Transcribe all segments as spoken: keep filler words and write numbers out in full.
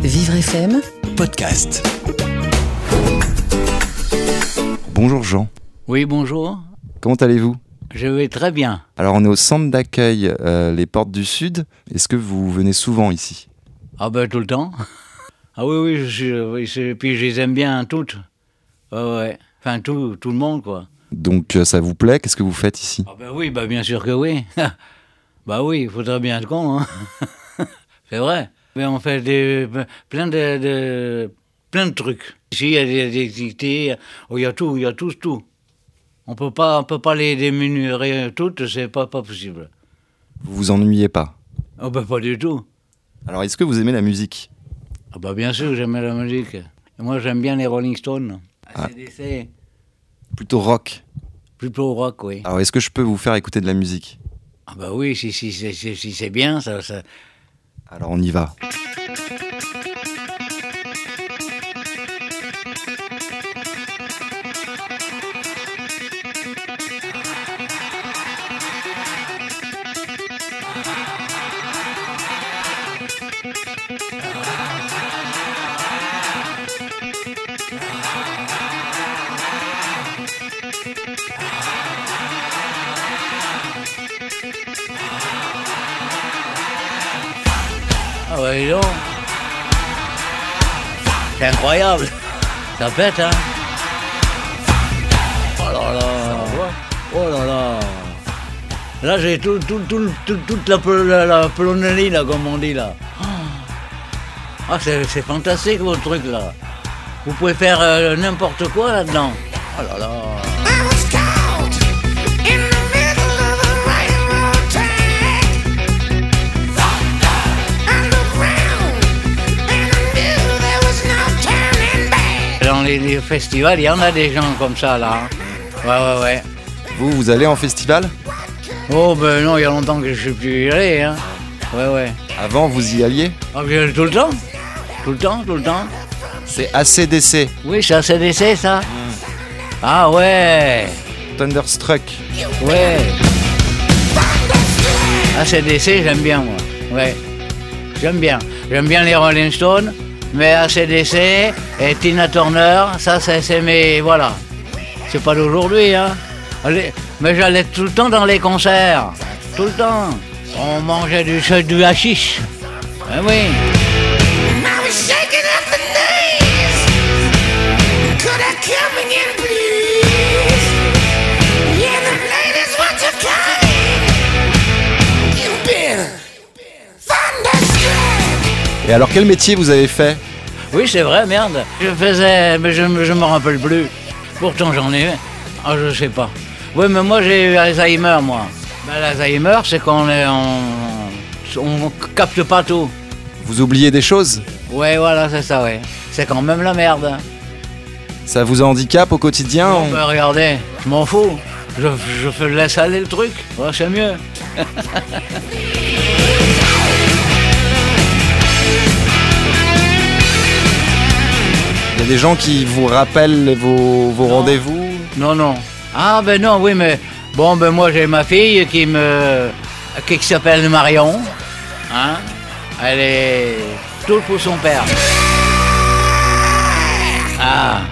Vivre F M Podcast. Bonjour Jean. Oui, bonjour. Comment allez-vous ? Je vais très bien. Alors on est au centre d'accueil euh, Les Portes du Sud. Est-ce que vous venez souvent ici ? Ah ben tout le temps. Ah oui, oui, je suis, oui c'est, puis je les aime bien toutes. Ouais, ouais. Enfin tout, tout le monde quoi. Donc euh, ça vous plaît ? Qu'est-ce que vous faites ici ? Ah ben oui, bah bien sûr que oui. Bah oui, il faudrait bien être con, hein. C'est vrai. Mais on fait des, plein de, de, plein de trucs. Ici, il y a des activités, oh, il y a tout, il y a tout, tout. On peut pas, on peut pas les démunérer toutes, c'est pas, pas possible. Vous vous ennuyez pas ? Oh ben pas du tout. Alors est-ce que vous aimez la musique ? Ah bah bien sûr, j'aime la musique. Et moi, j'aime bien les Rolling Stones. Ah. A C D C. Plutôt rock ? Plutôt rock, oui. Alors est-ce que je peux vous faire écouter de la musique ? Ah bah oui, si, si, si, si, si c'est bien, ça, ça... Alors on y va. Ah bah dis donc. C'est incroyable. Ça pète, hein. Oh là là. Oh là là. Là, j'ai tout, tout, tout, tout, toute la, la, la pelonnerie, là, comme on dit, là. Ah, c'est, c'est fantastique, votre truc, là. Vous pouvez faire euh, n'importe quoi, là-dedans. Oh là là. Dans les, les festivals, il y en a des gens comme ça, là. Ouais, ouais, ouais. Vous, vous allez en festival ? Oh, ben non, il y a longtemps que je suis plus y allé, hein. Ouais, ouais. Avant, vous y alliez ? Ah, j'y allais tout le temps. Tout le temps, tout le temps. C'est A C D C. Oui, c'est A C D C, ça. Ah, ouais. Thunderstruck. Ouais. A C D C, j'aime bien, moi. Ouais. J'aime bien. J'aime bien les Rolling Stones. Mais A C D C et Tina Turner, ça, c'est, c'est mes... Voilà. C'est pas d'aujourd'hui, hein. Allez, mais j'allais tout le temps dans les concerts. Tout le temps. On mangeait du, du hashish. Eh oui. Et alors quel métier vous avez fait ? Oui, c'est vrai, merde. Je faisais, mais je ne me rappelle plus. Pourtant, j'en ai. Ah, je sais pas. Oui, mais moi, j'ai eu Alzheimer, moi. Ben, l'Alzheimer, c'est qu'on est, on, on capte pas tout. Vous oubliez des choses ? Ouais, voilà, c'est ça, ouais. C'est quand même la merde. Ça vous handicape au quotidien ? Bon, ben, regardez, je m'en fous. Je, je fais- laisse aller le truc. Ouais, c'est mieux. Il y a des gens qui vous rappellent vos, vos Non. rendez-vous ? Non, non. Ah, ben non, oui, mais... Bon, ben moi, j'ai ma fille qui me... qui s'appelle Marion. Hein. Elle est... tout pour son père. Ah.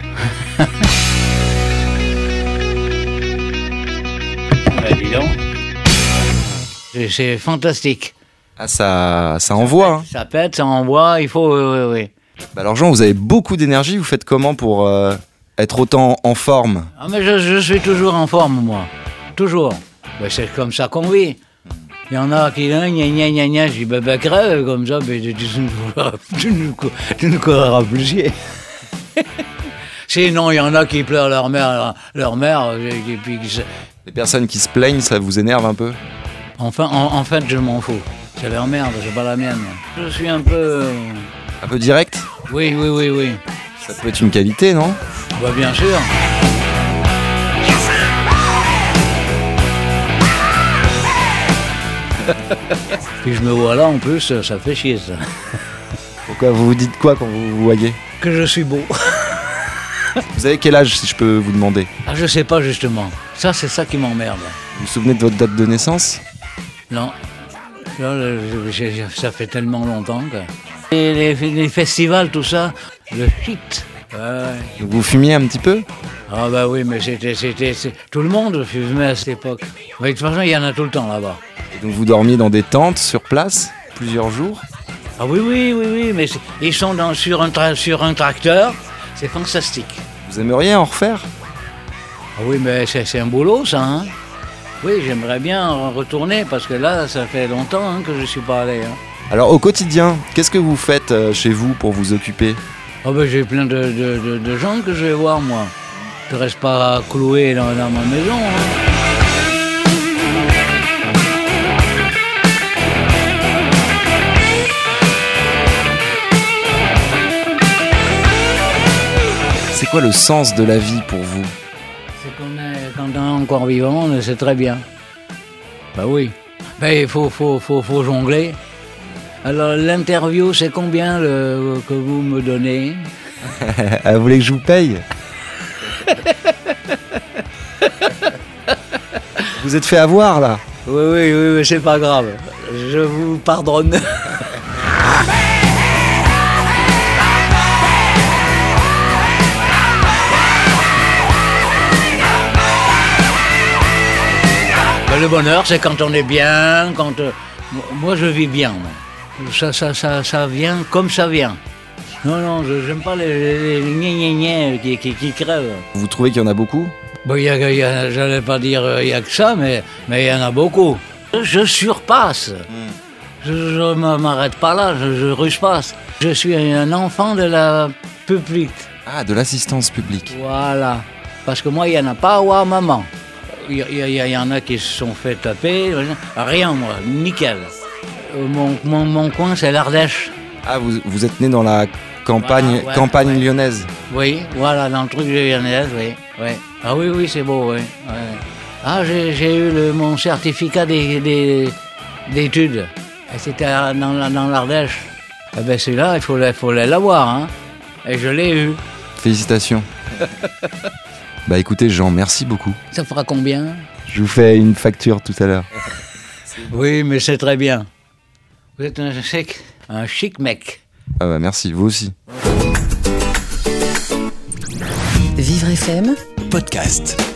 Ben, dis donc. C'est, c'est fantastique. Ah, ça, ça envoie. Hein. Ça pète, ça envoie, il faut... Oui, oui, oui. Bah alors Jean, vous avez beaucoup d'énergie. Vous faites comment pour euh, être autant en forme ? Ah, mais je, je suis toujours en forme, moi. Toujours. Ben, c'est comme ça qu'on vit. Il y en a qui disent, gna gna gna gna, je dis, ben, ben crève, comme ça, ben, tu, tu, tu, ne cou- tu ne courras plus chier. Sinon, il y en a qui pleurent leur mère, leur mère, et puis qui se- Les personnes qui se plaignent, ça vous énerve un peu ? Enfin, en, en fait, je m'en fous. C'est leur merde, c'est pas la mienne. Je suis un peu... euh, Un peu direct ? Oui, oui, oui, oui. Ça peut être une qualité, non ? Bah, bien sûr. Puis je me vois là, en plus, ça fait chier, ça. Pourquoi vous vous dites quoi quand vous vous voyez ? Que je suis beau. Vous avez quel âge, si je peux vous demander ? Ah, je sais pas, justement. Ça, c'est ça qui m'emmerde. Vous vous souvenez de votre date de naissance ? Non. Là, le- j'ai- ça fait tellement longtemps que... Et les, les festivals, tout ça, le shit. Ouais, ouais. Donc vous fumiez un petit peu? Ah bah oui, mais c'était, c'était, c'est- tout le monde fumait à cette époque. Mais de toute façon, il y en a tout le temps là-bas. Et donc vous dormiez dans des tentes sur place plusieurs jours? Ah oui, oui, oui, oui, mais c'est- ils sont dans, sur, un tra- sur un tracteur, c'est fantastique. Vous aimeriez en refaire? Ah oui, mais c'est, c'est un boulot, ça, hein. Oui, j'aimerais bien retourner, parce que là, ça fait longtemps hein, que je ne suis pas allé. Hein. Alors au quotidien, qu'est-ce que vous faites euh, chez vous pour vous occuper? Ah ben, j'ai plein de, de, de, de gens que je vais voir, moi. Je ne reste pas cloué dans, dans ma maison. Hein. C'est quoi le sens de la vie pour vous? C'est qu'on est, quand on est encore vivant, on le sait très bien. Ben oui. Ben il faut, faut, faut, faut jongler. Alors l'interview, c'est combien le, que vous me donnez? Vous voulez que je vous paye? Vous êtes fait avoir là? Oui, oui, oui, mais c'est pas grave. Je vous pardonne. Ben, le bonheur, c'est quand on est bien, quand... euh, moi, je vis bien. Moi. Ça, ça, ça, ça vient comme ça vient. Non, non, je n'aime pas les, les, les gna gna gna qui, qui, qui crèvent. Vous trouvez qu'il y en a beaucoup? Bon, il y a, il y a, j'allais pas dire euh, il y a que ça, mais mais il y en a beaucoup. Je surpasse. Je ne m'arrête pas là, je, je ruspasse. Je suis un enfant de la publique. Ah, de l'assistance publique. Voilà. Parce que moi, il n'y en a pas ou à maman. Il y, il y, il y en a qui se sont fait taper. Rien, moi, nickel. Euh, Mon, mon, mon coin, c'est l'Ardèche. Ah, vous, vous êtes né dans la campagne, Voilà, ouais, campagne ouais. lyonnaise. Oui, voilà, dans le truc de lyonnaise, oui, oui. Ah oui, oui, c'est beau, oui. Ouais. Ah, j'ai, j'ai eu le, mon certificat des, des, d'études. Et c'était à- dans, la- dans l'Ardèche. Eh bien, celui-là, il faut, il faut l'avoir, hein. Et je l'ai eu. Félicitations. Bah écoutez Jean, merci beaucoup. Ça fera combien? Je vous fais une facture tout à l'heure. Oui, mais c'est très bien. Vous êtes un chic, un chic mec. Ah bah merci, vous aussi. Vivre F M Podcast.